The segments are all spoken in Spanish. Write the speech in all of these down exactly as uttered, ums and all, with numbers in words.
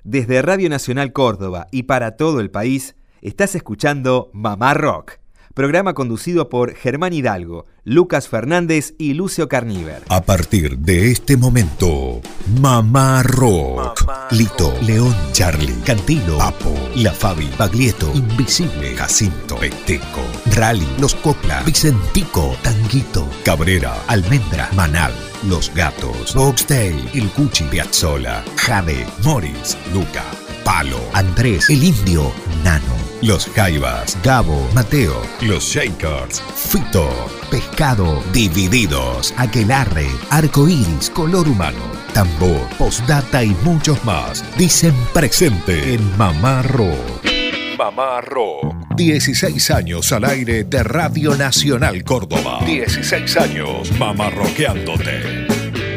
Desde Radio Nacional Córdoba y para todo el país, estás escuchando Mamá Rock, programa conducido por Germán Hidalgo, Lucas Fernández y Lucio Carníver. A partir de este momento, Mamá Rock. Mamá Lito, Rock. León, Charlie, Cantilo, Apo, La Fabi, Baglietto, Invisible, Jacinto, Peteco, Rally, Los Copla, Vicentico, Tanguito, Cabrera, Almendra, Manal, Los Gatos, Boxdale, El Cuchi, Piazzola, Jade, Morris, Luca, Palo, Andrés, El Indio, Nano, Los Jaivas, Gabo, Mateo, Los Shakers, Fito, Pescado, Divididos, Aquelarre, Arcoiris, Color Humano, Tambor, Postdata y muchos más dicen presente en Mamá Rock. Mamá Rock. dieciséis años al aire de Radio Nacional Córdoba. dieciséis años Mamá Rockeándote.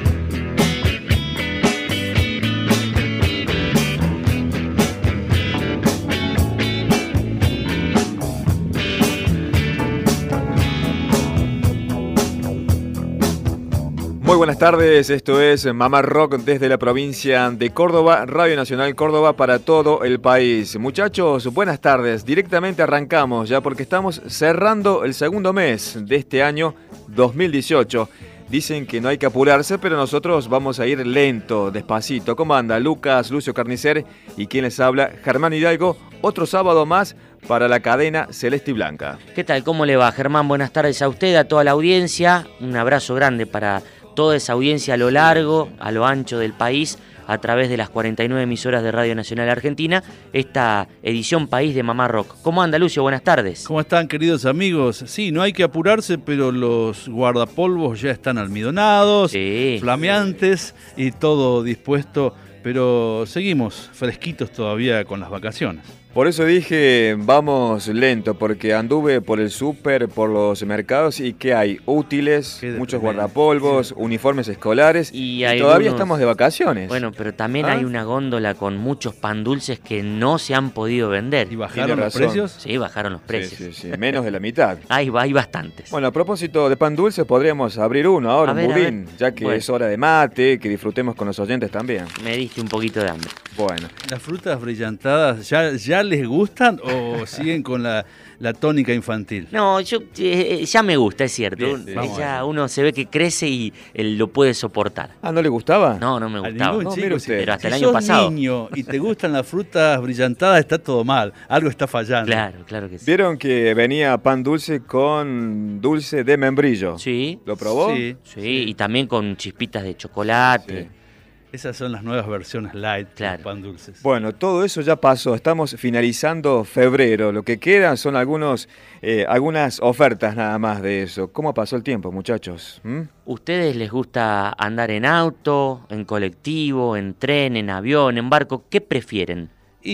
Muy buenas tardes, esto es Mamá Rock desde la provincia de Córdoba, Radio Nacional Córdoba para todo el país. Muchachos, buenas tardes, directamente arrancamos ya porque estamos cerrando el segundo mes de este año dos mil dieciocho. Dicen que no hay que apurarse, pero nosotros vamos a ir lento, despacito. ¿Cómo anda? Lucas, Lucio Carnicer y quien les habla, Germán Hidalgo, otro sábado más para la cadena Celeste y Blanca. ¿Qué tal? ¿Cómo le va, Germán? Buenas tardes a usted, a toda la audiencia. Un abrazo grande para toda esa audiencia a lo largo, a lo ancho del país, a través de las cuarenta y nueve emisoras de Radio Nacional Argentina, esta edición País de Mamá Rock. ¿Cómo anda, Lucio? Buenas tardes. ¿Cómo están, queridos amigos? Sí, no hay que apurarse, pero los guardapolvos ya están almidonados, sí, flameantes y todo dispuesto, pero seguimos fresquitos todavía con las vacaciones. Por eso dije, vamos lento, porque anduve por el súper, por los mercados y ¿qué hay? Útiles, muchos guardapolvos, sí, uniformes escolares y, y algunos, todavía estamos de vacaciones. Bueno, pero también ¿Ah? hay una góndola con muchos pan dulces que no se han podido vender. ¿Y bajaron los precios? Sí, bajaron los precios. Sí, sí, sí, menos de la mitad. hay, hay bastantes. Bueno, a propósito de pan dulce, podríamos abrir uno ahora, a un ver, budín, ya que bueno, es hora de mate, que disfrutemos con los oyentes también. Me diste un poquito de hambre. Bueno. ¿Las frutas brillantadas ya, ya les gustan o siguen con la, la tónica infantil? No, yo eh, ya me gusta, es cierto. Bien, bien. Ya uno se ve que crece y él lo puede soportar. Ah, ¿no le gustaba? No, no me gustaba. No, mire usted. Pero hasta si el año sos pasado. Niño y te gustan las frutas brillantadas, está todo mal. Algo está fallando. Claro, claro que sí. ¿Vieron que venía pan dulce con dulce de membrillo? Sí. ¿Lo probó? Sí, sí, sí. Y también con chispitas de chocolate. Sí. Esas son las nuevas versiones light, claro, de pan dulces. Bueno, todo eso ya pasó. Estamos finalizando febrero. Lo que quedan son algunos, eh, algunas ofertas nada más de eso. ¿Cómo pasó el tiempo, muchachos? ¿Mm? ¿Ustedes les gusta andar en auto, en colectivo, en tren, en avión, en barco? ¿Qué prefieren?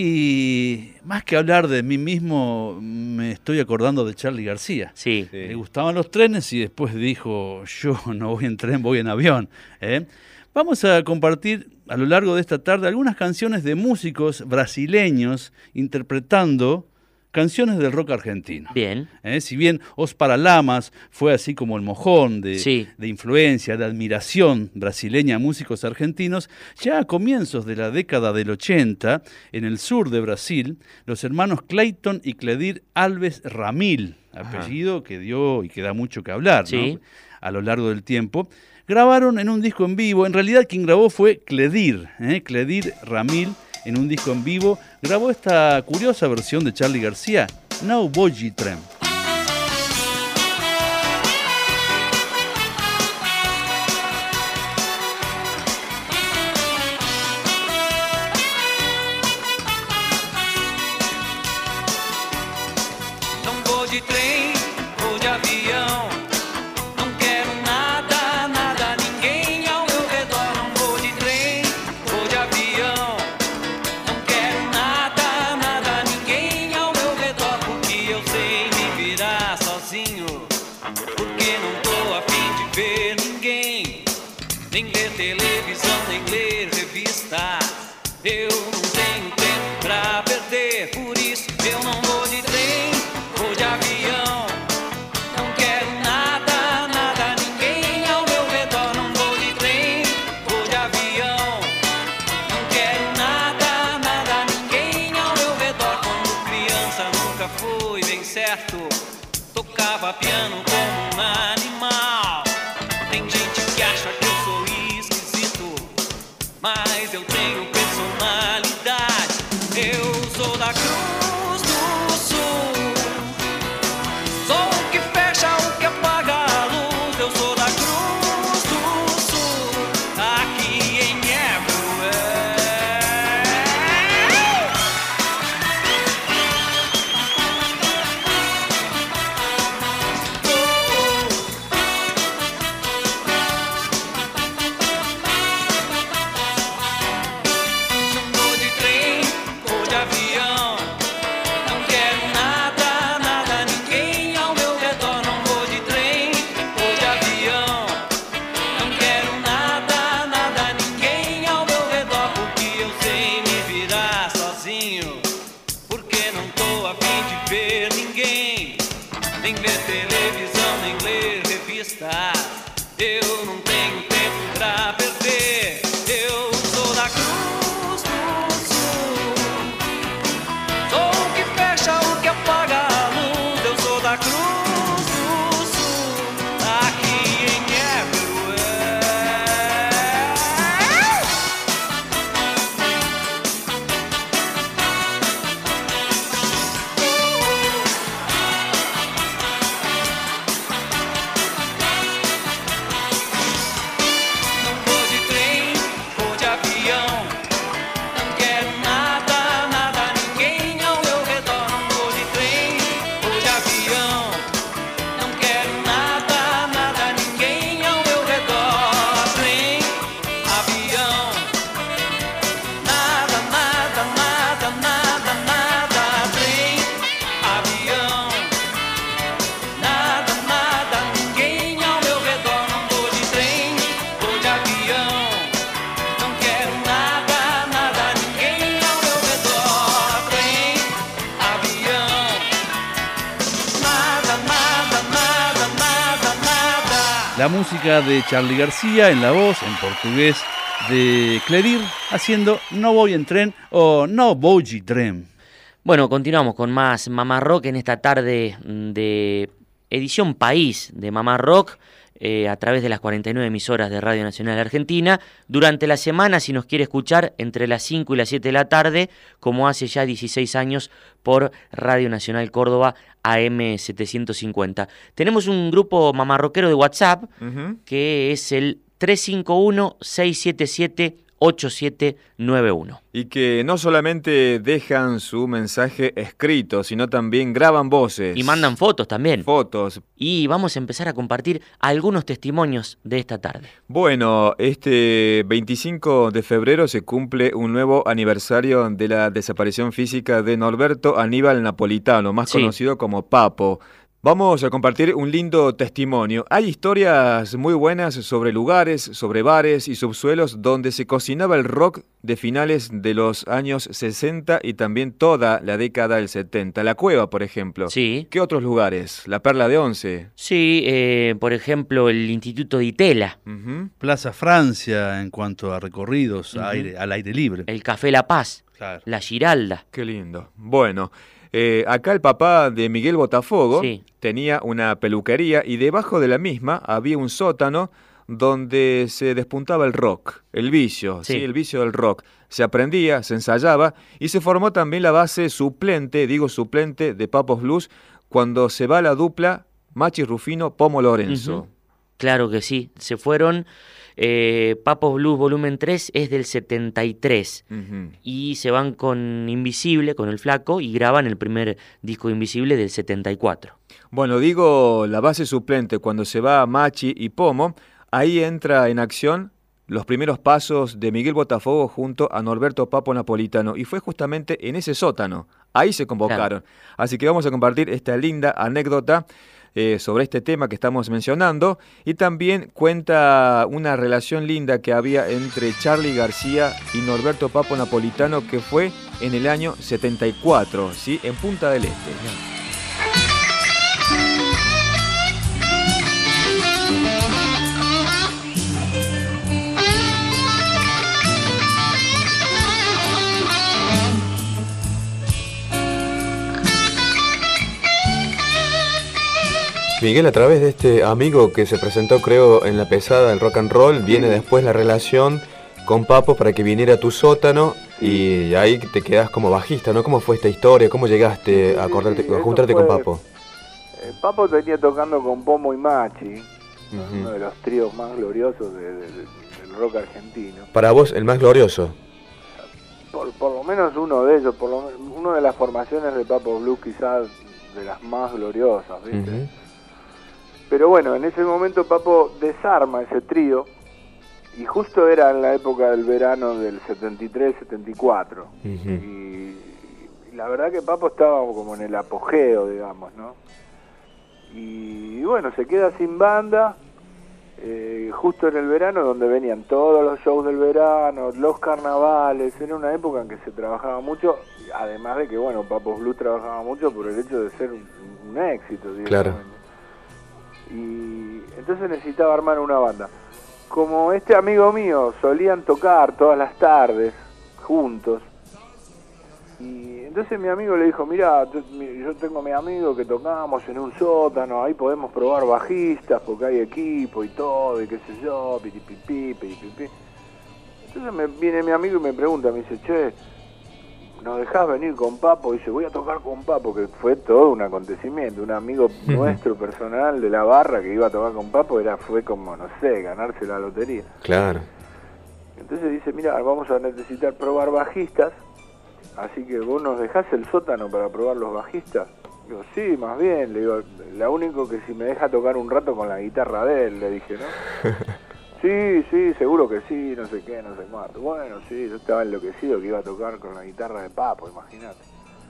Y más que hablar de mí mismo, me estoy acordando de Charly García. Sí. Le gustaban los trenes y después dijo, yo no voy en tren, voy en avión. ¿eh? Vamos a compartir a lo largo de esta tarde algunas canciones de músicos brasileños interpretando canciones del rock argentino. Bien. ¿Eh? Si bien Os Paralamas fue así como el mojón de, sí, de influencia, de admiración brasileña a músicos argentinos, ya a comienzos de la década del ochenta, en el sur de Brasil, los hermanos Clayton y Cledir Alves Ramil, apellido Ajá. que dio y que da mucho que hablar, sí, ¿no? a lo largo del tiempo, grabaron en un disco en vivo. En realidad quien grabó fue Cledir, ¿eh? Cledir Ramil, en un disco en vivo, grabó esta curiosa versión de Charly García, No Vou de Trem. Nada, tocava piano como um animal. Tem gente que acha que eu sou esquisito, mas eu tenho personalidade. Eu sou da Cruz do Sul, sou o que fecha, o que apaga a luz. Eu sou da Cruz do Sul, aqui em Everywhere. Eu não tenho tempo pra perder. Eu sou da Cruz do Sul, sou o que fecha, o que apaga a luz. Eu sou da Cruz do Sul, aqui em Everywhere. La música de Charly García en la voz, en portugués, de Cledir, haciendo No voy en tren o No voy de tren. Bueno, continuamos con más Mamá Rock en esta tarde de edición País de Mamá Rock, eh, a través de las cuarenta y nueve emisoras de Radio Nacional Argentina. Durante la semana, si nos quiere escuchar, entre las cinco y las siete de la tarde, como hace ya dieciséis años, por Radio Nacional Córdoba A M setecientos cincuenta. Tenemos un grupo mamarroquero de WhatsApp, uh-huh, que es el tres cinco uno, seis siete siete, ocho siete nueve uno. Y que no solamente dejan su mensaje escrito, sino también graban voces. Y mandan fotos también. Fotos. Y vamos a empezar a compartir algunos testimonios de esta tarde. Bueno, este veinticinco de febrero se cumple un nuevo aniversario de la desaparición física de Norberto Aníbal Napolitano, más sí. conocido como Papo. Vamos a compartir un lindo testimonio. Hay historias muy buenas sobre lugares, sobre bares y subsuelos donde se cocinaba el rock de finales de los años sesenta y también toda la década del setenta. La Cueva, por ejemplo. Sí. ¿Qué otros lugares? La Perla de Once. Sí, eh, por ejemplo, el Instituto de Itela. Uh-huh. Plaza Francia, en cuanto a recorridos uh-huh. a aire, al aire libre. El Café La Paz. Claro. La Giralda. Qué lindo. Bueno... Eh, acá el papá de Miguel Botafogo sí. tenía una peluquería y debajo de la misma había un sótano donde se despuntaba el rock, el vicio, sí. ¿sí? el vicio del rock. Se aprendía, se ensayaba y se formó también la base suplente, digo suplente, de Papos Blues cuando se va la dupla Machi Rufino, Pomo Lorenzo. Uh-huh. Claro que sí, se fueron... Eh, Papos Blues volumen tres es del setenta y tres uh-huh. y se van con Invisible, con el Flaco, y graban el primer disco Invisible del setenta y cuatro. Bueno, digo la base suplente, cuando se va Machi y Pomo, ahí entra en acción los primeros pasos de Miguel Botafogo junto a Norberto Papo Napolitano, y fue justamente en ese sótano, ahí se convocaron. Claro. Así que vamos a compartir esta linda anécdota Eh, sobre este tema que estamos mencionando, y también cuenta una relación linda que había entre Charly García y Norberto Papo Napolitano, que fue en el año setenta y cuatro, ¿sí? En Punta del Este. Miguel, a través de este amigo que se presentó, creo, en la pesada del rock and roll, viene después la relación con Papo para que viniera a tu sótano y ahí te quedás como bajista, ¿no? ¿Cómo fue esta historia? ¿Cómo llegaste Sí, a, acordarte, sí, a juntarte fue, con Papo? Eh, Papo venía tocando con Pomo y Machi, Uh-huh. uno de los tríos más gloriosos de, de, de, del rock argentino. Para vos, el más glorioso. Por, por lo menos uno de ellos, por lo, uno de las formaciones de Papo Blues quizás de las más gloriosas, ¿viste? Uh-huh. Pero bueno, en ese momento Papo desarma ese trío y justo era en la época del verano del setenta y tres setenta y cuatro. Uh-huh. Y, y la verdad que Papo estaba como en el apogeo, digamos, ¿no? Y, y bueno, se queda sin banda, eh, justo en el verano donde venían todos los shows del verano, los carnavales, era una época en que se trabajaba mucho, además de que, bueno, Papo Blues trabajaba mucho por el hecho de ser un, un éxito, digamos. Claro. Y entonces necesitaba armar una banda. Como este amigo mío solían tocar todas las tardes juntos, y entonces mi amigo le dijo, mira, yo tengo a mi amigo que tocamos en un sótano, ahí podemos probar bajistas porque hay equipo y todo, y qué sé yo, piripipi, piripipi. Entonces me viene mi amigo y me pregunta, me dice, che, ¿nos dejás venir con Papo? Y dice, voy a tocar con Papo, que fue todo un acontecimiento. Un amigo nuestro personal de la barra que iba a tocar con Papo, era fue como, no sé, ganarse la lotería. Claro. Entonces dice, mira, vamos a necesitar probar bajistas, así que vos nos dejás el sótano para probar los bajistas. Digo, sí, más bien, le digo, la único que si me deja tocar un rato con la guitarra de él, le dije, ¿no? Sí, sí, seguro que sí, no sé qué, no sé cuánto. Bueno, sí, yo estaba enloquecido que iba a tocar con la guitarra de Papo, imagínate.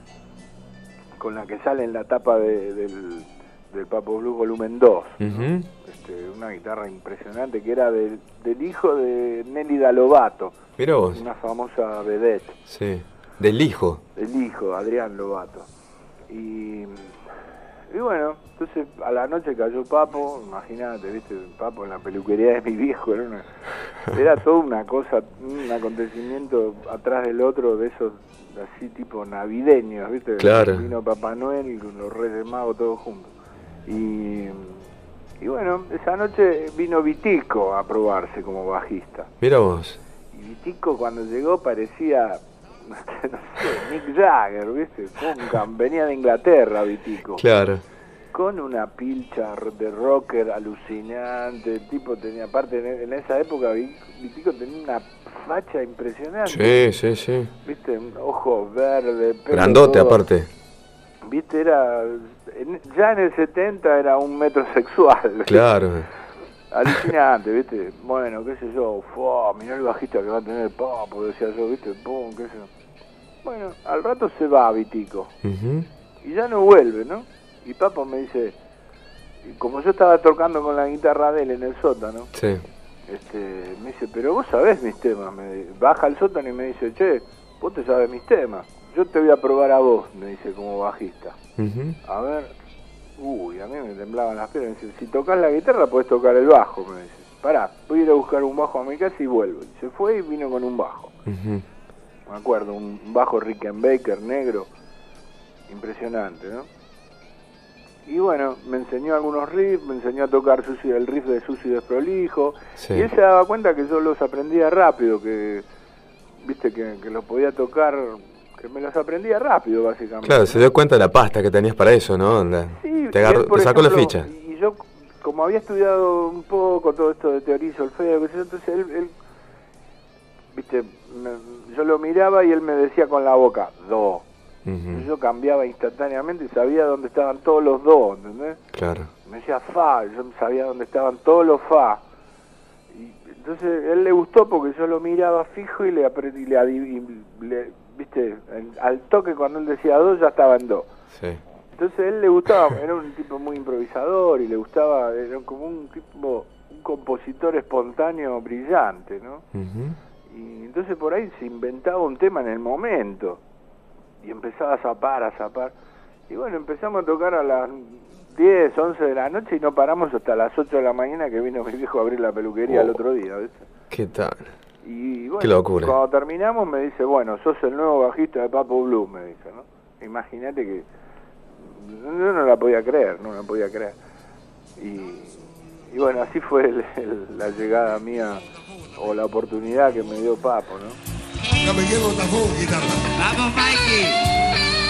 Con la que sale en la tapa de, del, del Papo Blues volumen dos. ¿no? Uh-huh. este, una guitarra impresionante que era del, del hijo de Nélida Lobato. Mira vos. Una famosa vedette. Sí, del hijo. Del hijo, Adrián Lobato. Y... Y bueno, entonces a la noche cayó Papo, imagínate, viste, Papo en la peluquería de mi viejo, era una, era toda una cosa, un acontecimiento atrás del otro, de esos así tipo navideños, viste, claro. Vino Papá Noel con los Reyes Magos todos juntos. Y, y bueno, esa noche vino Vitico a probarse como bajista. Mira vos. Y Vitico cuando llegó parecía... no sé, Mick Jagger, ¿viste? Con, venía de Inglaterra, Vitico. Claro. Con una pilcha de rocker alucinante. El tipo tenía, aparte, en, en esa época, Vitico tenía una facha impresionante. Sí, sí, sí. ¿Viste? Ojos verdes, pelo grandote, todo. aparte. ¿Viste? Era. En, ya en el setenta era un metrosexual. ¿viste? Claro. Alucinante, ¿viste? Bueno, qué sé yo, ¡fua! Mirá el bajista que va a tener Papo, decía yo, ¿viste? Pum, qué sé yo. Bueno, al rato se va Vitico. Uh-huh. Y ya no vuelve, ¿no? Y Papo me dice, y como yo estaba tocando con la guitarra de él en el sótano, sí. este, me dice, pero vos sabés mis temas. Me baja al sótano y me dice, che, vos te sabés mis temas. Yo te voy a probar a vos, me dice, como bajista. Uh-huh. A ver... Uy, a mí me temblaban las piernas. Me dice, si tocas la guitarra podés tocar el bajo, me dice. Pará, voy a ir a buscar un bajo a mi casa y vuelvo. Y se fue y vino con un bajo. Uh-huh. Me acuerdo, un bajo Rickenbacker negro. Impresionante, ¿no? Y bueno, me enseñó algunos riffs, me enseñó a tocar sucio, el riff de Sucio y Desprolijo. Sí. Y él se daba cuenta que yo los aprendía rápido, que, viste, que, que los podía tocar... que me los aprendía rápido, básicamente. Claro, se dio cuenta de la pasta que tenías para eso, ¿no? La, sí, te, agarró, él, por te sacó ejemplo, la ficha. Y yo, como había estudiado un poco todo esto de teoría y solfeo, entonces él, él viste, me, yo lo miraba y él me decía con la boca, do. Uh-huh. Yo cambiaba instantáneamente y sabía dónde estaban todos los do, ¿entendés? Claro. Me decía fa, yo sabía dónde estaban todos los fa. Y entonces él le gustó porque yo lo miraba fijo y le aprendí, le, y le viste, al toque cuando él decía do ya estaba en do. Sí. Entonces a él le gustaba, era un tipo muy improvisador y le gustaba, era como un tipo, un compositor espontáneo brillante, ¿no? Uh-huh. Y entonces por ahí se inventaba un tema en el momento y empezaba a zapar, a zapar. Y bueno, empezamos a tocar a las diez, once de la noche y no paramos hasta las ocho de la mañana que vino mi viejo a abrir la peluquería oh. el otro día, ¿viste? ¿Qué tal? Y bueno, qué locura. Cuando terminamos me dice, bueno, sos el nuevo bajista de Papo Blues, me dice, ¿no? Imagínate que yo no la podía creer, no la podía creer. y, y bueno, así fue el, el, la llegada mía o la oportunidad que me dio Papo, ¿no? Ya me llevo tajón, guitarra. ¡Vamos, Mikey!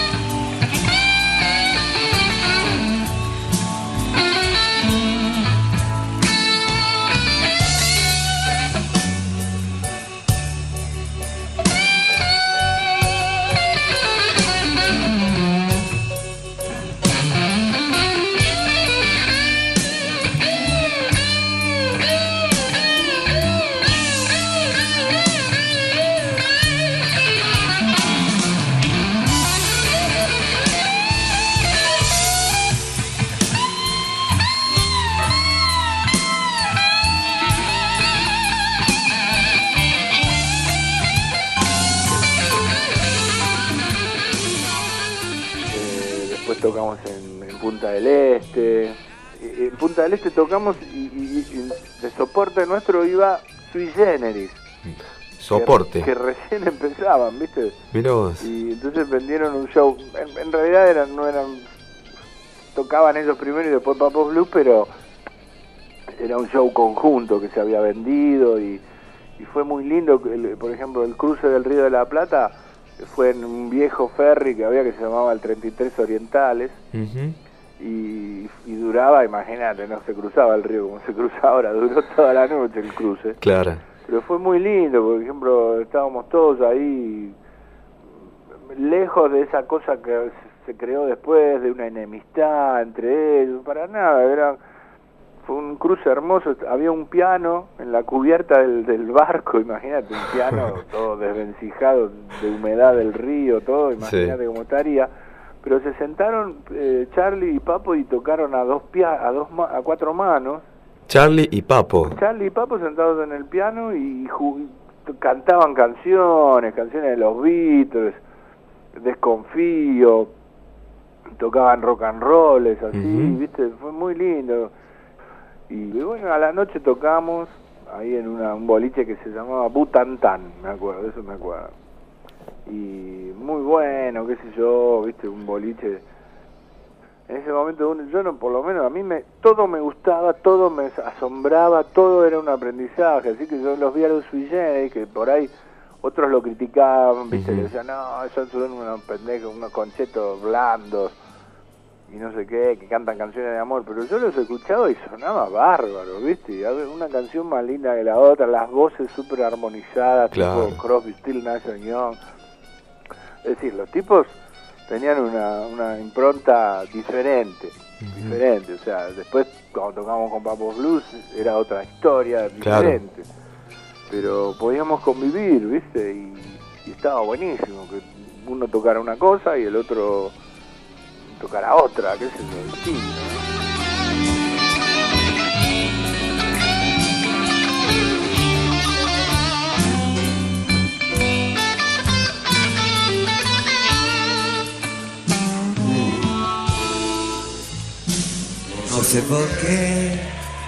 Tocamos en, en Punta del Este. En Punta del Este tocamos y, y, y de soporte nuestro iba Sui Generis. Soporte. Que, que recién empezaban, ¿viste? Mirá vos. Y entonces vendieron un show. En, en realidad eran, no eran. Tocaban ellos primero y después Papos Blues, pero era un show conjunto que se había vendido y, y fue muy lindo. El, por ejemplo, el cruce del Río de la Plata fue en un viejo ferry que había que se llamaba el treinta y tres Orientales. Uh-huh. y, y duraba, imagínate, no se cruzaba el río como se cruza ahora, duró toda la noche el cruce. Claro. Pero fue muy lindo, por ejemplo, estábamos todos ahí lejos de esa cosa que se creó después, de una enemistad entre ellos, para nada, era fue un cruce hermoso, había un piano en la cubierta del, del barco, imagínate, un piano todo desvencijado de humedad del río, todo, imagínate sí. Cómo estaría, pero se sentaron eh, Charlie y Papo y tocaron a dos pia a dos a cuatro manos. Charlie y Papo. Charlie y Papo sentados en el piano y cantaban canciones, canciones de los Beatles, Desconfío, tocaban rock and rolls, así, uh-huh. ¿Viste? Fue muy lindo. Y bueno, a la noche tocamos ahí en una, un boliche que se llamaba Butantán, me acuerdo, de eso me acuerdo. Y muy bueno, qué sé yo, viste, un boliche. En ese momento, yo no, por lo menos a mí me, todo me gustaba, todo me asombraba, todo era un aprendizaje, así que yo los vi a los Sui Generis, que por ahí otros lo criticaban, viste, uh-huh. Le decían, no, esos son unos pendejos, unos conchetos blandos, y no sé qué, que cantan canciones de amor, pero yo los he escuchado y sonaba bárbaro, ¿viste? Y una canción más linda que la otra, las voces súper armonizadas, claro. Tipo Crosby, Stills, Nash and Young. Es decir, los tipos tenían una, una impronta diferente, uh-huh. diferente, o sea, después cuando tocamos con Papos Blues era otra historia diferente, claro. Pero podíamos convivir, ¿viste? Y, y estaba buenísimo, que uno tocara una cosa y el otro tocara otra, qué sé yo, distinto, ¿no? No sé por qué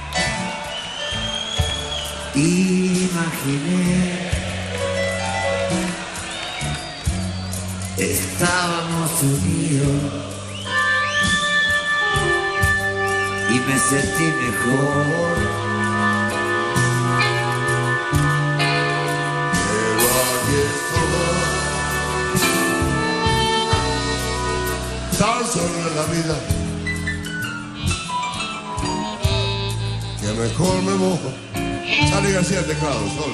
imaginé estábamos unidos y me sentí mejor. Pero aquí estoy tan solo en la vida que mejor me mojo. Charlie García al teclado, solo.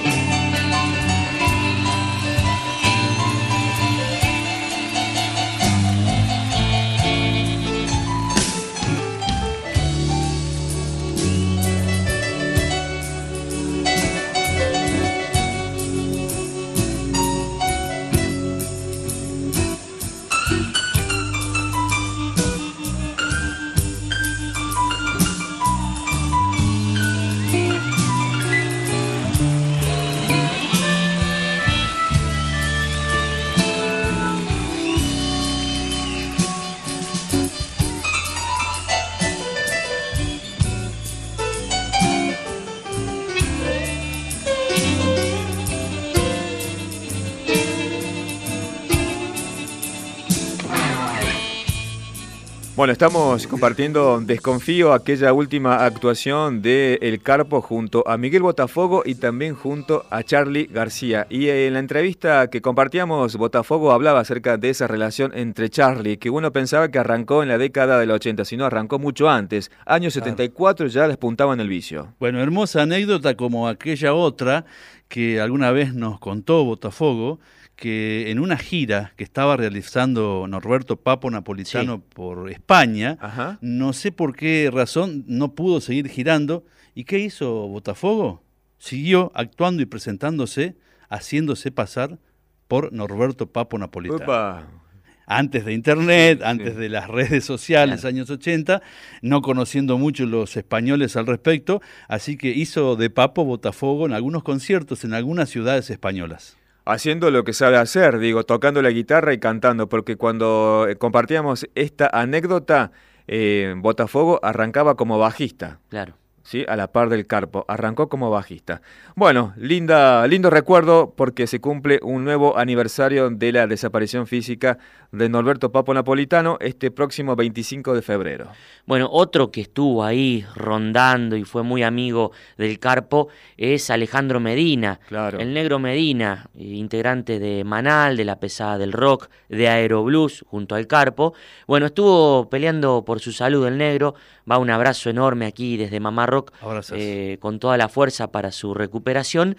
Bueno, estamos compartiendo Desconfío, aquella última actuación de El Carpo junto a Miguel Botafogo y también junto a Charly García. Y en la entrevista que compartíamos, Botafogo hablaba acerca de esa relación entre Charly, que uno pensaba que arrancó en la década del ochenta, sino arrancó mucho antes. Año setenta y cuatro ya despuntaban el vicio. Bueno, hermosa anécdota como aquella otra que alguna vez nos contó Botafogo, que en una gira que estaba realizando Norberto Papo Napolitano sí. por España, Ajá. no sé por qué razón no pudo seguir girando. ¿Y qué hizo Botafogo? Siguió actuando y presentándose, haciéndose pasar por Norberto Papo Napolitano. Upa. Antes de internet, sí, antes sí. de las redes sociales, claro. años ochenta, no conociendo mucho los españoles al respecto, así que hizo de Papo Botafogo en algunos conciertos en algunas ciudades españolas. Haciendo lo que sabe hacer, digo, tocando la guitarra y cantando, porque cuando compartíamos esta anécdota, eh, Botafogo arrancaba como bajista. Claro. ¿Sí? A la par del Carpo, arrancó como bajista. Bueno, linda, lindo recuerdo porque se cumple un nuevo aniversario de la desaparición física de Norberto Papo Napolitano este próximo veinticinco de febrero. Bueno, otro que estuvo ahí rondando y fue muy amigo del Carpo es Alejandro Medina, claro. el Negro Medina, integrante de Manal, de La Pesada del Rock, de Aeroblues, junto al Carpo. Bueno, estuvo peleando por su salud el Negro, va un abrazo enorme aquí desde Mamá Rock. Eh, con toda la fuerza para su recuperación.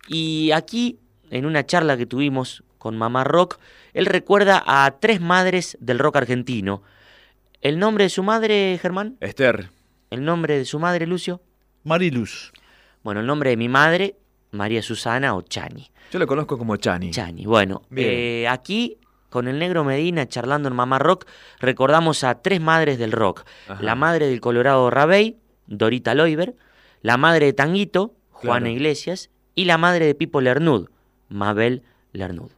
Y aquí, en una charla que tuvimos con Mamá Rock, él recuerda a tres madres del rock argentino. ¿El nombre de su madre, Germán? Esther. ¿El nombre de su madre, Lucio? Mariluz. Bueno, el nombre de mi madre, María Susana o Chani. Yo la conozco como Chani. Chani, bueno. Eh, aquí, con el Negro Medina, charlando en Mamá Rock, recordamos a tres madres del rock. Ajá. La madre del Colorado Rabey, Dorita Loiber, la madre de Tanguito, Juana claro. Iglesias, y la madre de Pipo Lernud, Mabel Lernud.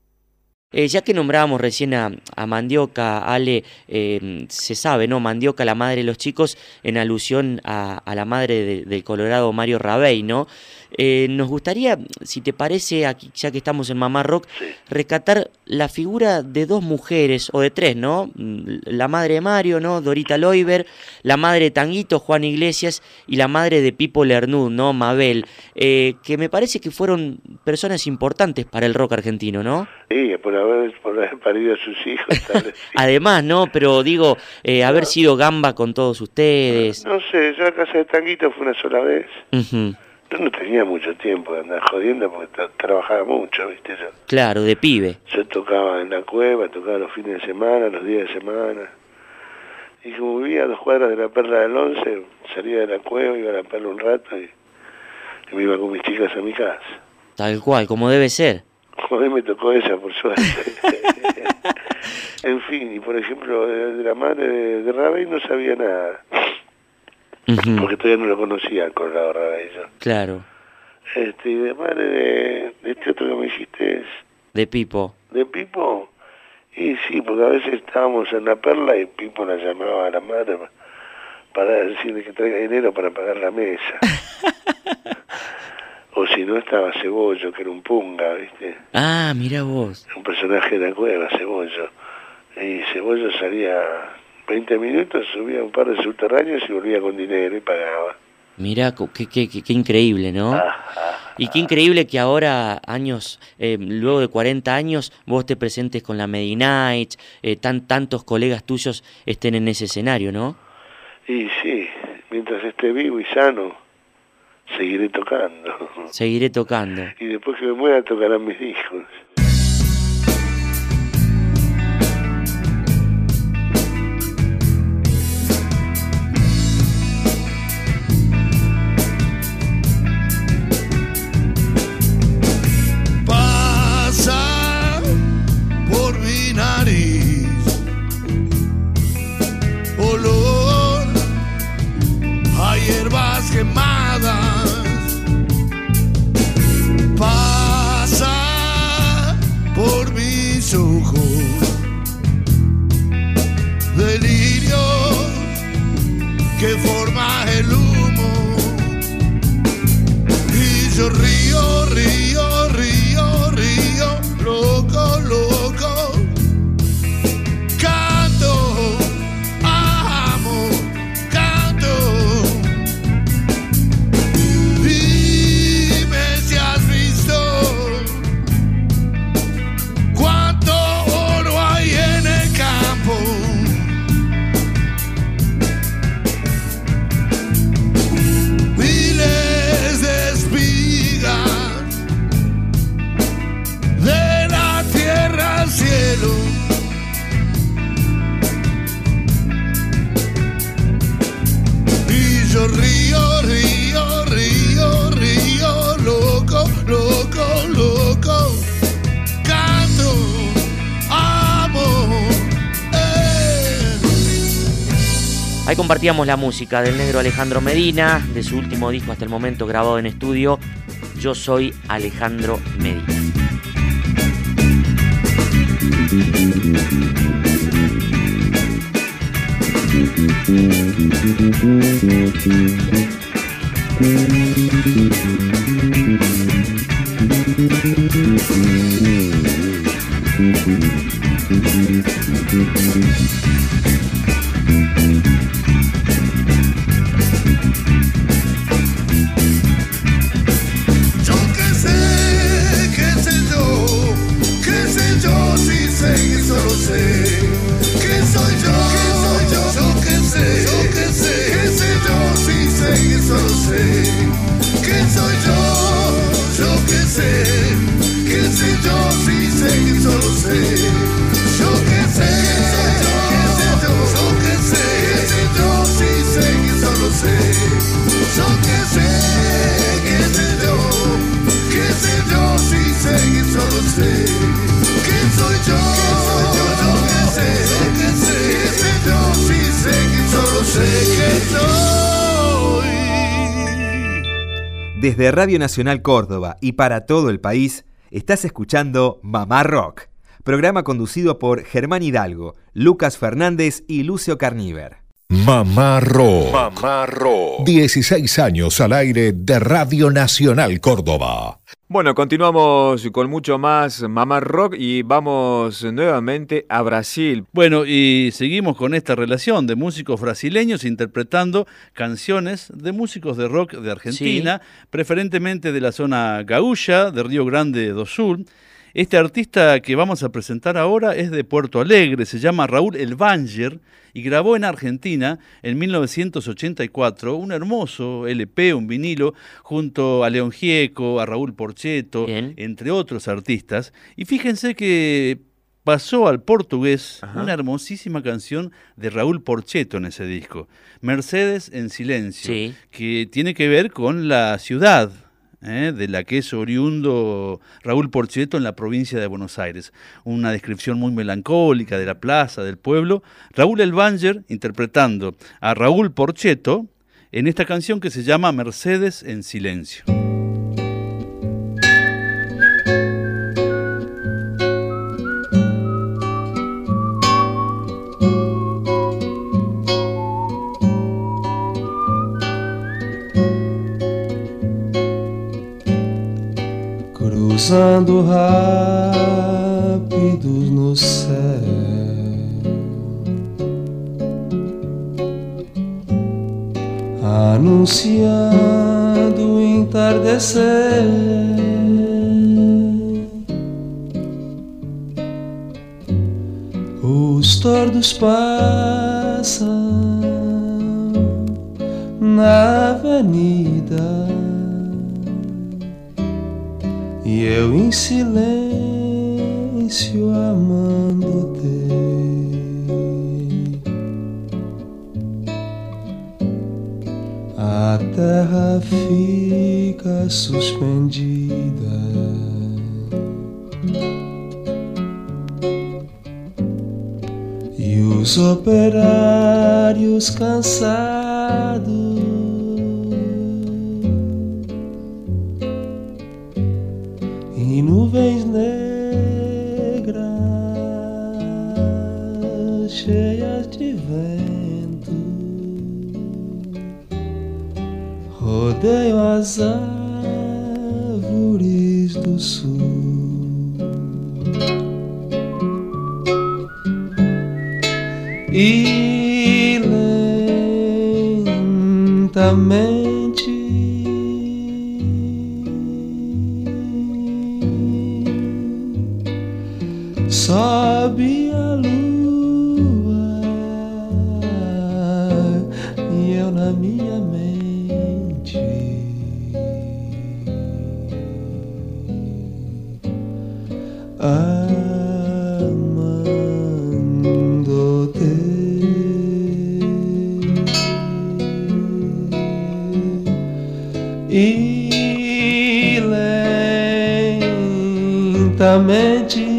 Eh, ya que nombrábamos recién a, a Mandioca, Ale, eh, se sabe, ¿no? Mandioca, la madre de los chicos, en alusión a, a la madre de, del Colorado Mario Rabey, ¿no? Eh, nos gustaría, si te parece, aquí, ya que estamos en Mamá Rock, sí. rescatar la figura de dos mujeres, o de tres, ¿no? La madre de Mario, ¿no? Dorita Loiber, la madre de Tanguito, Juana Iglesias, y la madre de Pipo Lernud, ¿no? Mabel, eh, que me parece que fueron personas importantes para el rock argentino, ¿no? Sí, por haber, por haber parido a sus hijos. Tal vez, sí. Además, ¿no? Pero digo, eh, haber no. sido gamba con todos ustedes. No, no sé, yo a casa de Tanguito fue una sola vez. Uh-huh. Yo no tenía mucho tiempo de andar jodiendo porque tra- trabajaba mucho, ¿viste? Yo, claro, de pibe. Yo tocaba en la cueva, tocaba los fines de semana, los días de semana. Y como vivía a dos cuadras de la Perla del Once, salía de la cueva, iba a la Perla un rato y, y me iba con mis chicas a mi casa. Tal cual, como debe ser. Joder, me tocó esa, por suerte. En fin, y por ejemplo, de, de la madre de, de Rabey no sabía nada. Uh-huh. Porque todavía no lo conocía el Colorado Rabey. Claro. Este, y de madre de, de este otro que me dijiste es... De Pipo. ¿De Pipo? Y sí, porque a veces estábamos en la Perla y Pipo la llamaba a la madre para decirle que traiga dinero para pagar la mesa. O si no, estaba Cebollo, que era un punga, ¿viste? Ah, mira vos. Un personaje de la cueva, Cebollo. Y Cebollo salía veinte minutos, subía un par de subterráneos y volvía con dinero y pagaba. Mira, qué, qué, qué, qué increíble, ¿no? Ah, ah, y qué increíble que ahora, años, eh, luego de cuarenta años, vos te presentes con la Medinites, eh, tan, tantos colegas tuyos estén en ese escenario, ¿no? Y sí, mientras esté vivo y sano, seguiré tocando. Seguiré tocando. Y después que me muera tocarán mis hijos. Pasa por mi nariz olor a hierbas quemadas. Pasa por mis ojos delirio que forma el humo. Y yo río, río, río, río, loco, loco. Canto Ahí compartíamos la música del negro Alejandro Medina, de su último disco hasta el momento grabado en estudio, Yo Soy Alejandro Medina. Yo qué sé, qué sé yo, qué sé yo, si sé que solo sé, que soy yo, que soy yo, yo qué sé, yo qué sé, qué sé yo, si sé que solo sé, que soy yo, yo qué sé, qué sé yo, si sé que solo sé, yo qué sé, qué sé yo, yo qué sé, qué sé yo, si sé que solo sé, yo qué sé, qué sé yo, qué sé yo, si sé que solo sé, que soy yo, yo qué sé, yo qué sé, qué sé yo, si sé que solo sé que soy. Desde Radio Nacional Córdoba y para todo el país, estás escuchando Mamá Rock, programa conducido por Germán Hidalgo, Lucas Fernández y Lucio Carníver. Mamá Rock. Mamá Rock. dieciséis años al aire de Radio Nacional Córdoba. Bueno, continuamos con mucho más Mamá Rock y vamos nuevamente a Brasil. Bueno, y seguimos con esta relación de músicos brasileños interpretando canciones de músicos de rock de Argentina, sí, preferentemente de la zona gaúcha, de Río Grande do Sul. Este artista que vamos a presentar ahora es de Puerto Alegre, se llama Raúl Elvanger y grabó en Argentina en mil novecientos ochenta y cuatro un hermoso L P, un vinilo, junto a León Gieco, a Raúl Porchetto, bien, entre otros artistas. Y fíjense que pasó al portugués, ajá, una hermosísima canción de Raúl Porchetto en ese disco, Mercedes en Silencio, sí, que tiene que ver con la ciudad ¿Eh? de la que es oriundo Raúl Porchetto en la provincia de Buenos Aires. Una descripción muy melancólica de la plaza, del pueblo. Raúl Elvanger interpretando a Raúl Porchetto en esta canción que se llama Mercedes en Silencio. Cruzando rápidos no céu, anunciando o entardecer, os tordos passam na avenida e eu em silêncio amando-te. A terra fica suspendida e os operários cansados e nuvens negras cheias de vento rodeiam as árvores do sul e lentamente sobe a lua e eu na minha mente amando-te e lentamente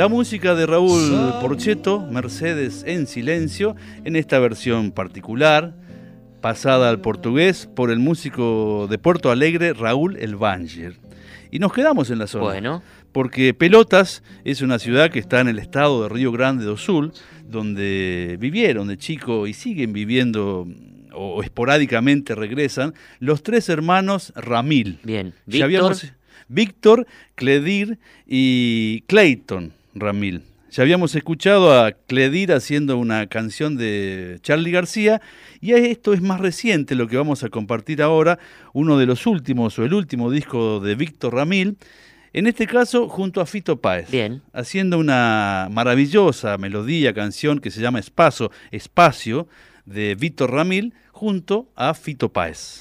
La música de Raúl Porchetto, Mercedes en silencio, en esta versión particular, pasada al portugués por el músico de Porto Alegre, Raúl El Banger. Y nos quedamos en la zona. Bueno. Porque Pelotas es una ciudad que está en el estado de Río Grande do Sul, donde vivieron de chico y siguen viviendo, o esporádicamente regresan, los tres hermanos Ramil. Bien. Víctor, habíamos, Víctor, Cledir y Clayton Ramil. Ya habíamos escuchado a Cledir haciendo una canción de Charly García, y esto es más reciente, lo que vamos a compartir ahora, uno de los últimos, o el último disco de Víctor Ramil, en este caso junto a Fito Páez. Bien. Haciendo una maravillosa melodía, canción que se llama Espacio, Espacio, de Víctor Ramil, junto a Fito Páez.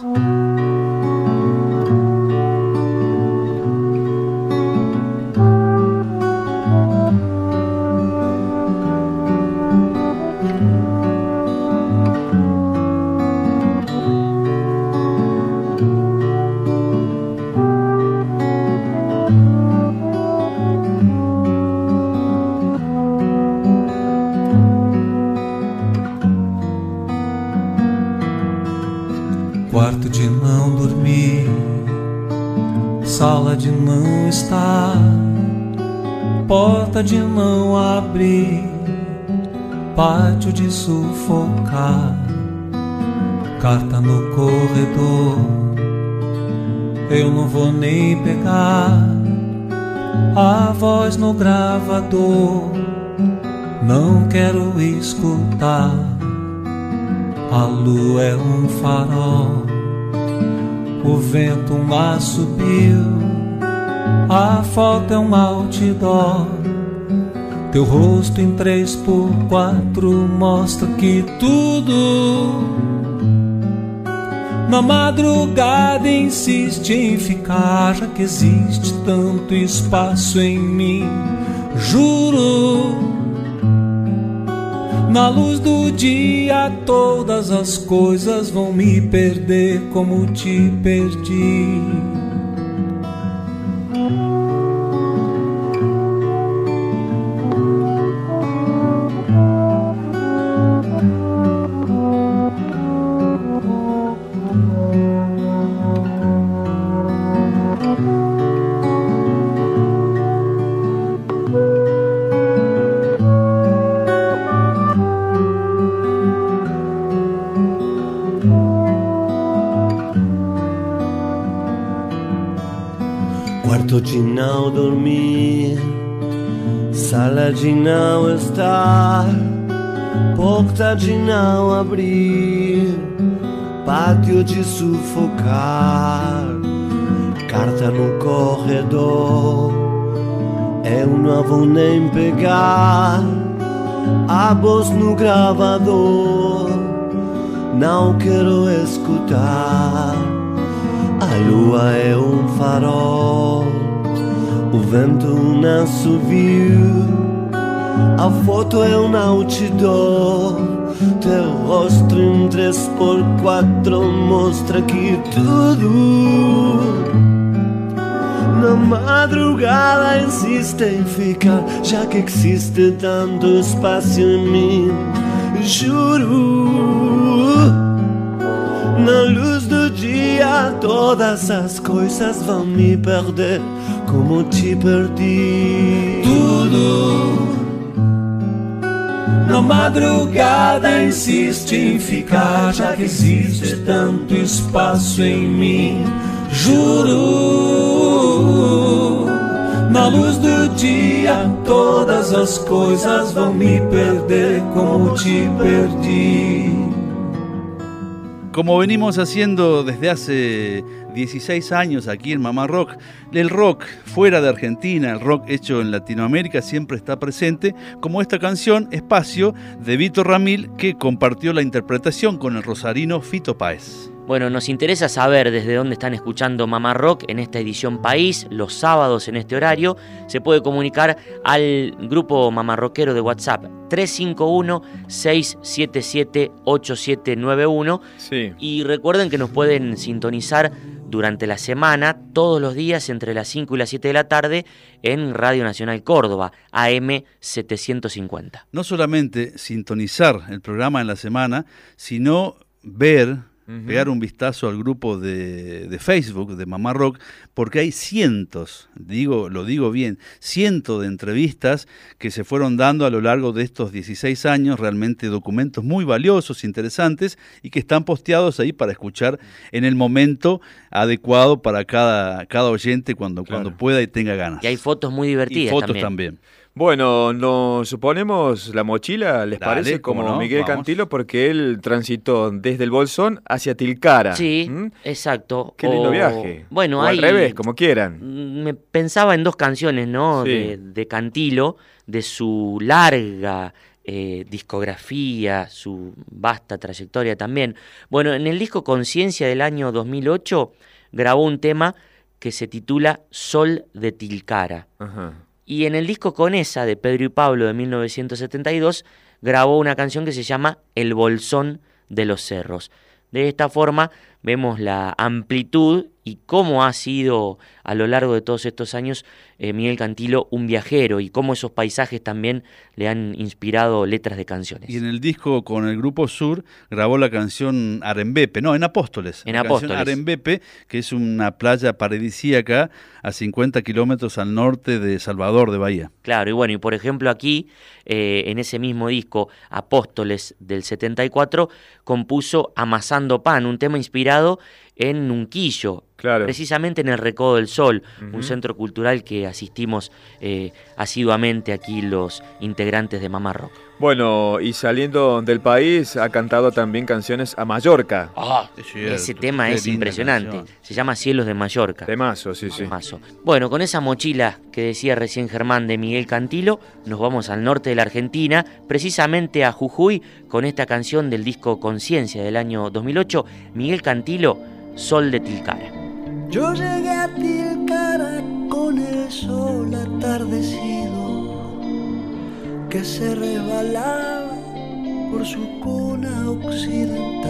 Quarto de não dormir, sala de não estar, porta de não abrir, pátio de sufocar, carta no corredor, eu não vou nem pegar, a voz no gravador, não quero escutar. A lua é um farol, o vento um assobio, a foto é um outdoor. Teu rosto em três por quatro mostra que tudo na madrugada insiste em ficar, já que existe tanto espaço em mim. Juro, na luz do dia todas as coisas vão me perder como te perdi. Quarto de não dormir, sala de não estar, porta de não abrir, pátio de sufocar, carta no corredor, eu não vou nem pegar, a voz no gravador, não quero escutar. A lua é um farol, o vento um assovio, a foto é um outdoor. Teu rosto em três por quatro mostra que tudo na madrugada insiste em ficar, já que existe tanto espaço em mim. Juro, na luz do dia todas as coisas vão me perder como te perdi. Tudo na madrugada insiste em ficar, já que existe tanto espaço em mim. Juro, na luz do dia todas as coisas vão me perder como te perdi. Como venimos haciendo desde hace dieciséis años aquí en Mamá Rock, el rock fuera de Argentina, el rock hecho en Latinoamérica siempre está presente, como esta canción Espacio de Víctor Ramil, que compartió la interpretación con el rosarino Fito Páez. Bueno, nos interesa saber desde dónde están escuchando Mamá Rock en esta edición País, los sábados en este horario. Se puede comunicar al grupo Mamá Rockero de WhatsApp tres cinco uno, seis siete siete, ocho siete nueve uno. Sí. Y recuerden que nos pueden sintonizar durante la semana, todos los días entre las cinco y las siete de la tarde en Radio Nacional Córdoba, A M setecientos cincuenta. No solamente sintonizar el programa en la semana, sino ver, uh-huh. pegar un vistazo al grupo de, de Facebook de Mamá Rock, porque hay cientos, digo, lo digo bien, cientos de entrevistas que se fueron dando a lo largo de estos dieciséis años, realmente documentos muy valiosos, interesantes, y que están posteados ahí para escuchar en el momento adecuado para cada, cada oyente cuando, claro. cuando pueda y tenga ganas. Y hay fotos muy divertidas y fotos también. también. Bueno, nos suponemos la mochila, ¿les Dale, parece? Como no, Miguel vamos. Cantilo, porque él transitó desde el Bolsón hacia Tilcara. Sí, ¿Mm? exacto. Qué lindo o, viaje. Bueno, o hay, al revés, como quieran. Me pensaba en dos canciones, ¿no? Sí. De, de Cantilo, de su larga eh, discografía, su vasta trayectoria también. Bueno, en el disco Conciencia del año dos mil ocho grabó un tema que se titula Sol de Tilcara. Ajá. Y en el disco Conesa de Pedro y Pablo de mil novecientos setenta y dos grabó una canción que se llama El Bolsón de los Cerros. De esta forma vemos la amplitud y cómo ha sido a lo largo de todos estos años eh, Miguel Cantilo un viajero y cómo esos paisajes también le han inspirado letras de canciones. Y en el disco con el Grupo Sur grabó la canción Arembepe, no, en Apóstoles. En la Apóstoles. canción Arembepe, que es una playa paradisíaca a cincuenta kilómetros al norte de Salvador de Bahía. Claro, y bueno, y por ejemplo aquí, eh, en ese mismo disco, Apóstoles del setenta y cuatro, compuso Amasando Pan, un tema inspirado en Nunquillo, claro. precisamente en el Recodo del Sol, Uh-huh. un centro cultural que asistimos eh, asiduamente aquí los integrantes de Mamá Rock. Bueno, y saliendo del país, ha cantado también canciones a Mallorca. Ah, ese tema es impresionante. Se llama Cielos de Mallorca. Temazo, sí, sí. Temazo. Bueno, con esa mochila que decía recién Germán de Miguel Cantilo, nos vamos al norte de la Argentina, precisamente a Jujuy, con esta canción del disco Conciencia del año dos mil ocho, Miguel Cantilo, Sol de Tilcara. Yo llegué a Tilcara con el sol atardecido que se resbalaba por su cuna occidental.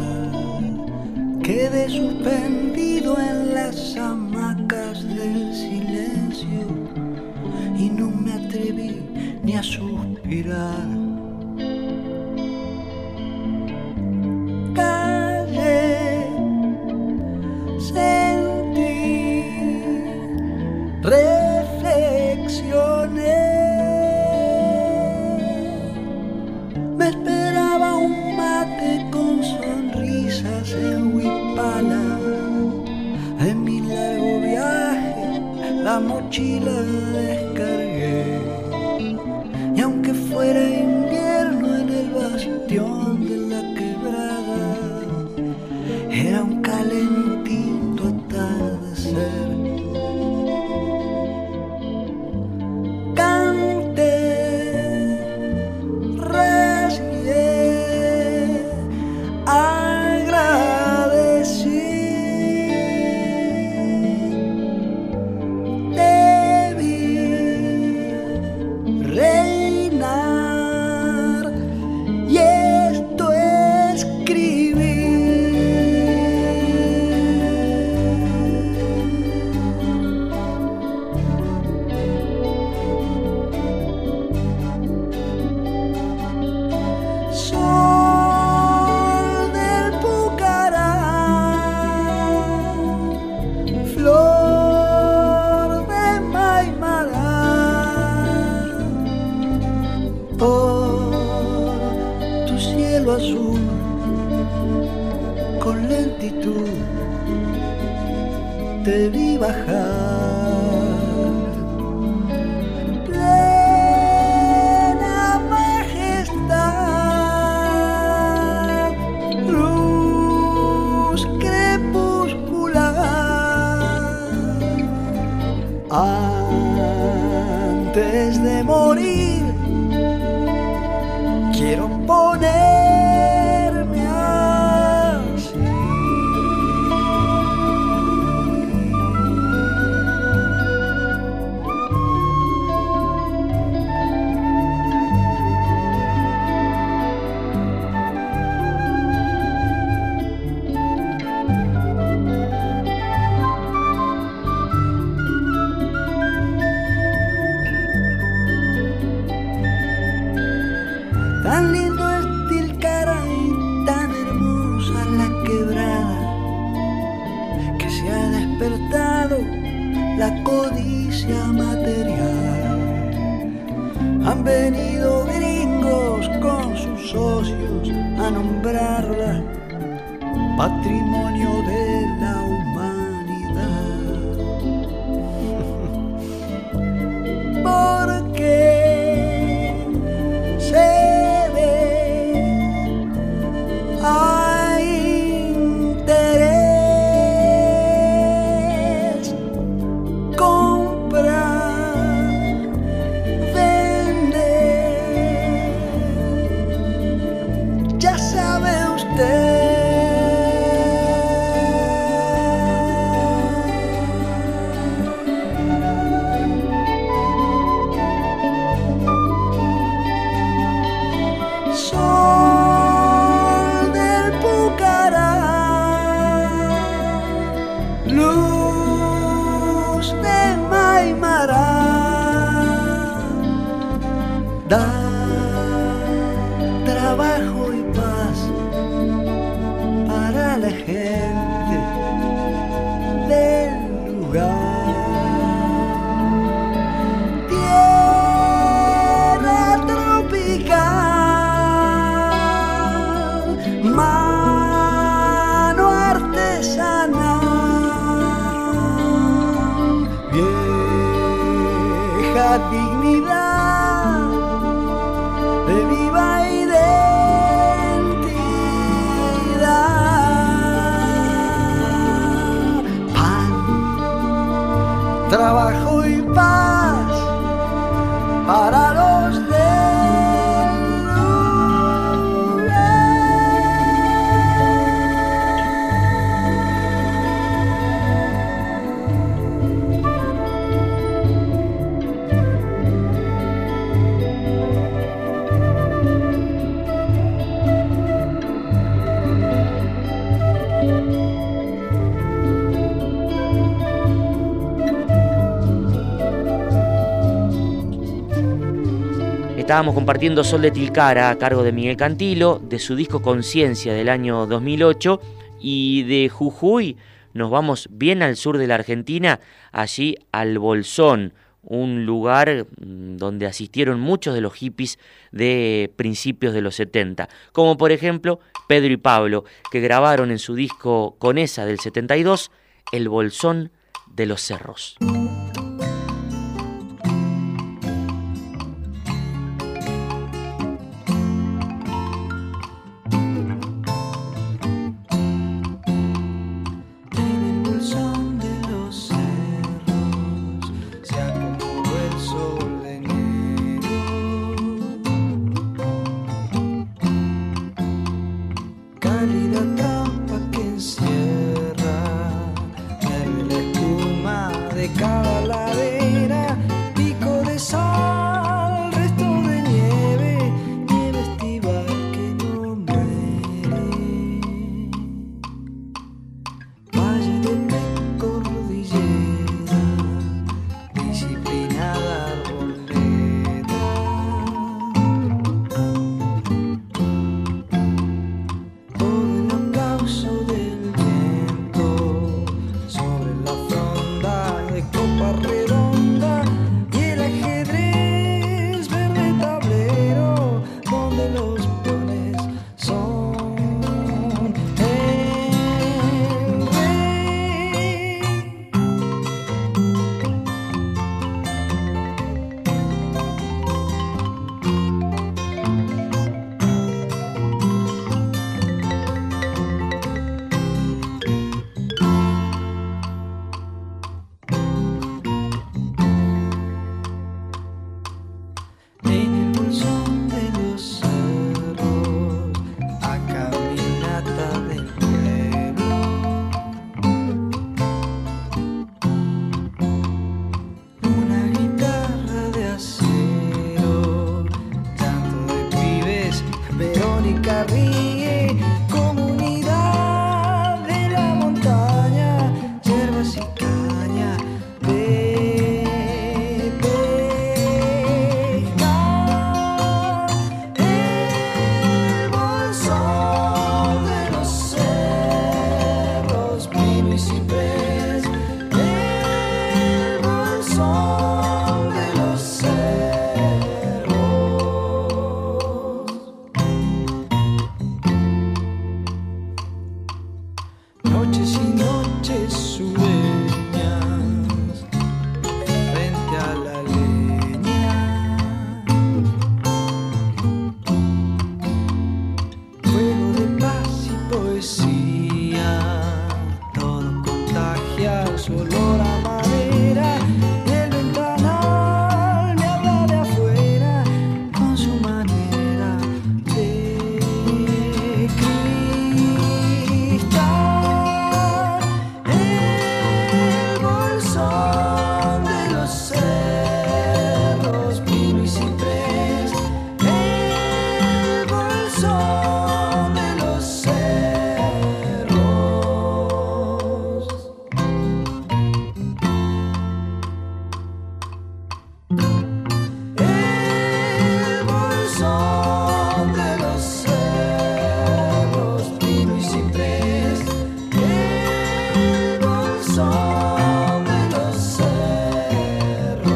Quedé suspendido en las hamacas del silencio y no me atreví ni a suspirar. Callé, sentí, reflexioné. Me esperaba un mate con sonrisas en Huipala. En mi largo viaje la mochila descargué. Y aunque fuera invierno en el bastión de la quebrada, era un calentito atardecer. Canté, rasgué, agradecí. Te vi reinar y esto escribí. Sol del Pucará, flor de Maimará, por tu cielo azul con lentitud te vi bajar. Plena majestad, luz crepuscular. Antes de morir, quiero ponerme así. quebrada, que se ha despertado la codicia material. Han venido gringos con sus socios a nombrarla patrimonio de la humanidad. Porque se ve hay interés, comprar, vender, ya sabe usted. Da trabajo y paz para la gente del lugar. Tierra tropical, mano artesanal, vieja dignidad de viva identidad. Pan, trabajo y paz para los del Estábamos compartiendo Sol de Tilcara a cargo de Miguel Cantilo, de su disco Conciencia del año dos mil ocho, y de Jujuy nos vamos bien al sur de la Argentina, allí al Bolsón, un lugar donde asistieron muchos de los hippies de principios de los setenta, como por ejemplo Pedro y Pablo, que grabaron en su disco Conesa del setenta y dos, El Bolsón de los Cerros. de cada tardes y noches sueñas frente a la leña. Fuego de paz y poesía, todo contagia su olor a madera. El ventanal me habla de afuera con su manera de cristal. El bolsón de los cerros, pino y ciprés. El bolsón de los cerros. El bolsón de los cerros, pino y ciprés. El bolsón de los cerros.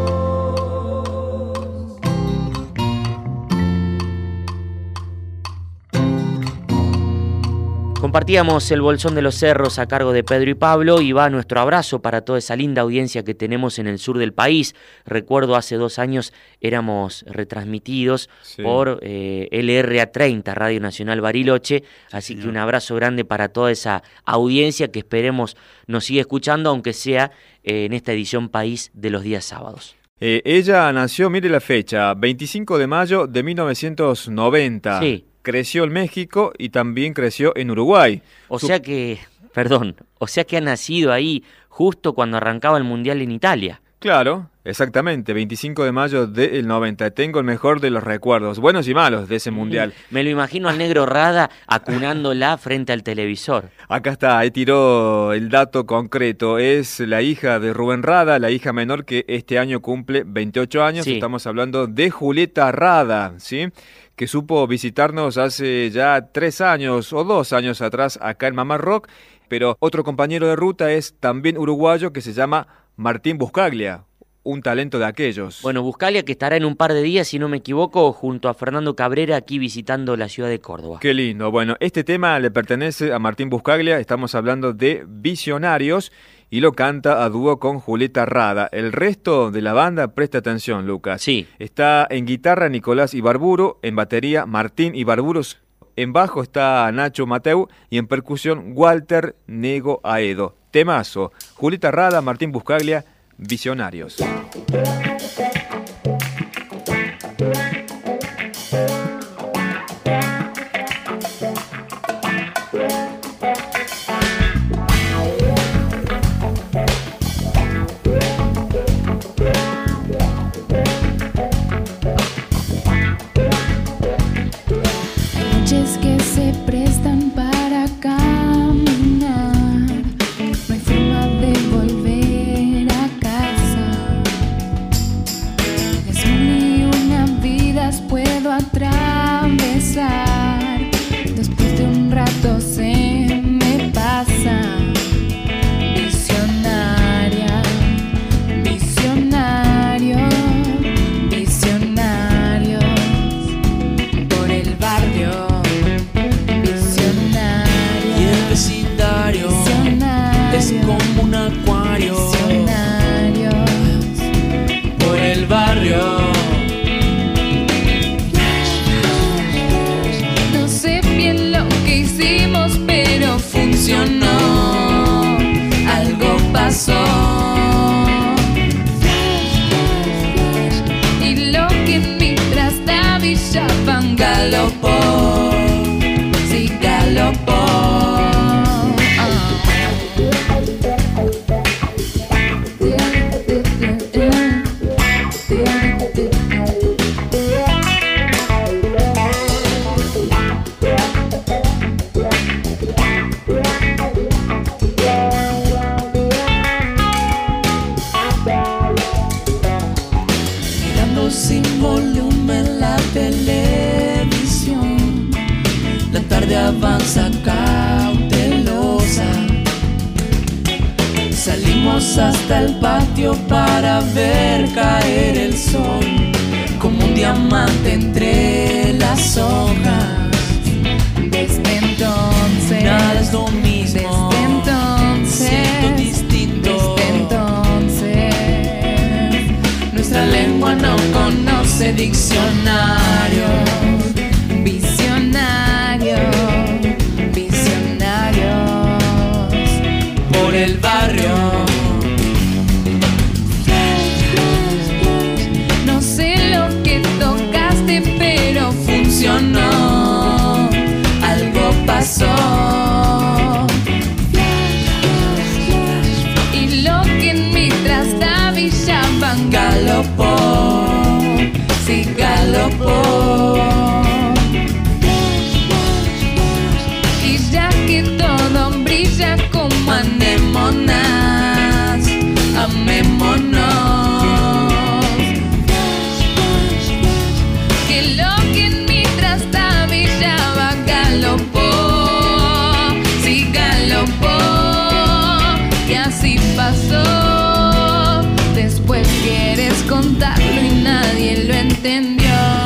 Compartíamos el Bolsón de los Cerros a cargo de Pedro y Pablo, y va nuestro abrazo para toda esa linda audiencia que tenemos en el sur del país. Recuerdo hace dos años éramos retransmitidos Sí. por eh, L R A treinta, Radio Nacional Bariloche, así señor. que un abrazo grande para toda esa audiencia que esperemos nos siga escuchando, aunque sea eh, en esta edición País de los días sábados. Eh, ella nació, mire la fecha, veinticinco de mayo de mil novecientos noventa. Sí. Creció en México y también creció en Uruguay. O Su- sea que, perdón, o sea que ha nacido ahí justo cuando arrancaba el Mundial en Italia. Claro, exactamente, veinticinco de mayo del noventa. Tengo el mejor de los recuerdos, buenos y malos, de ese mundial. Me lo imagino al negro Rada acunándola frente al televisor. Acá está, ahí tiró el dato concreto. Es la hija de Rubén Rada, la hija menor que este año cumple veintiocho años. Sí. Estamos hablando de Julieta Rada, ¿sí? Que supo visitarnos hace ya tres años o dos años atrás acá en Mamá Rock. Pero otro compañero de ruta es también uruguayo que se llama Martín Buscaglia, un talento de aquellos. Bueno, Buscalia, que estará en un par de días, si no me equivoco, junto a Fernando Cabrera aquí visitando la ciudad de Córdoba. Qué lindo. Bueno, este tema le pertenece a Martín Buscaglia. Estamos hablando de Visionarios y lo canta a dúo con Julieta Rada. El resto de la banda, presta atención, Lucas. Sí. Está en guitarra Nicolás Ibarburu, en batería Martín Ibarburu, en bajo está Nacho Mateu y en percusión Walter Nego Aedo. Temazo. Julieta Rada, Martín Buscaglia, Visionarios. Noches que se prestan para caminar, no hay forma de volver a casa. Es mil y una vidas puedo atravesar, después de un rato se me pasa. Visionaria, visionario, visionarios por el barrio. Y el vecindario es como un acuario por el barrio. No sé bien lo que hicimos, pero funcionó. Algo pasó. Y lo que en mi trastabillaban galopó. Sí, galopó. Mirando sin volumen la televisión, la tarde avanza cautelosa. Salimos hasta el patio para ver caer el sol, como un diamante entre las hojas. Desde entonces, Nada es lo mismo. desde entonces Diccionario, visionario, visionarios por el barrio. No sé lo que tocaste, pero funcionó. Algo pasó. Y lo que en mi trastabillaba galopó. Sí, galopó. Y ya que todo brilla como anémonas, amémonos. Que lo que en mi trastabillaba galopó. Sí, galopó. Y así pasó. Después quieres contarlo y nadie lo entendió.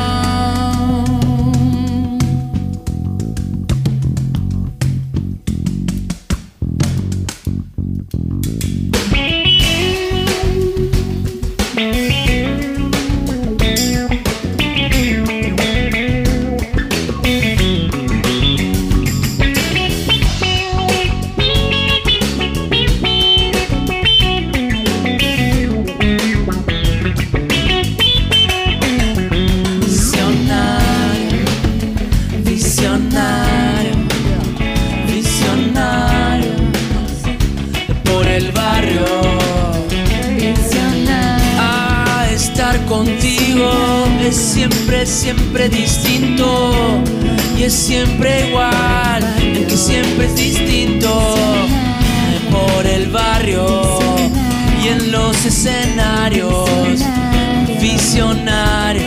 Siempre, siempre distinto y es siempre igual, el que siempre es distinto por el barrio y en los escenarios, visionario.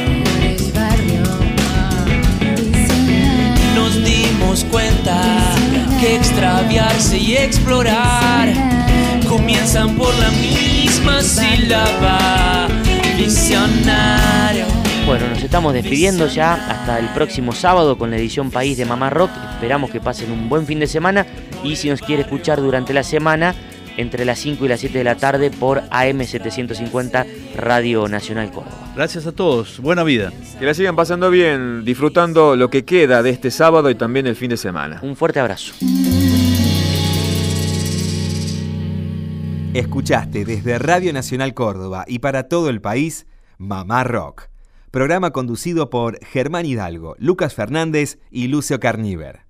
Nos dimos cuenta que extraviarse y explorar comienzan por la misma sílaba, visionario. Bueno, nos estamos despidiendo ya hasta el próximo sábado con la edición País de Mamá Rock. Esperamos que pasen un buen fin de semana y si nos quiere escuchar durante la semana, entre las cinco y las siete de la tarde por A M setecientos cincuenta Radio Nacional Córdoba. Gracias a todos, buena vida. Que la sigan pasando bien, disfrutando lo que queda de este sábado y también el fin de semana. Un fuerte abrazo. Escuchaste desde Radio Nacional Córdoba y para todo el país, Mamá Rock. Programa conducido por Germán Hidalgo, Lucas Fernández y Lucio Carníver.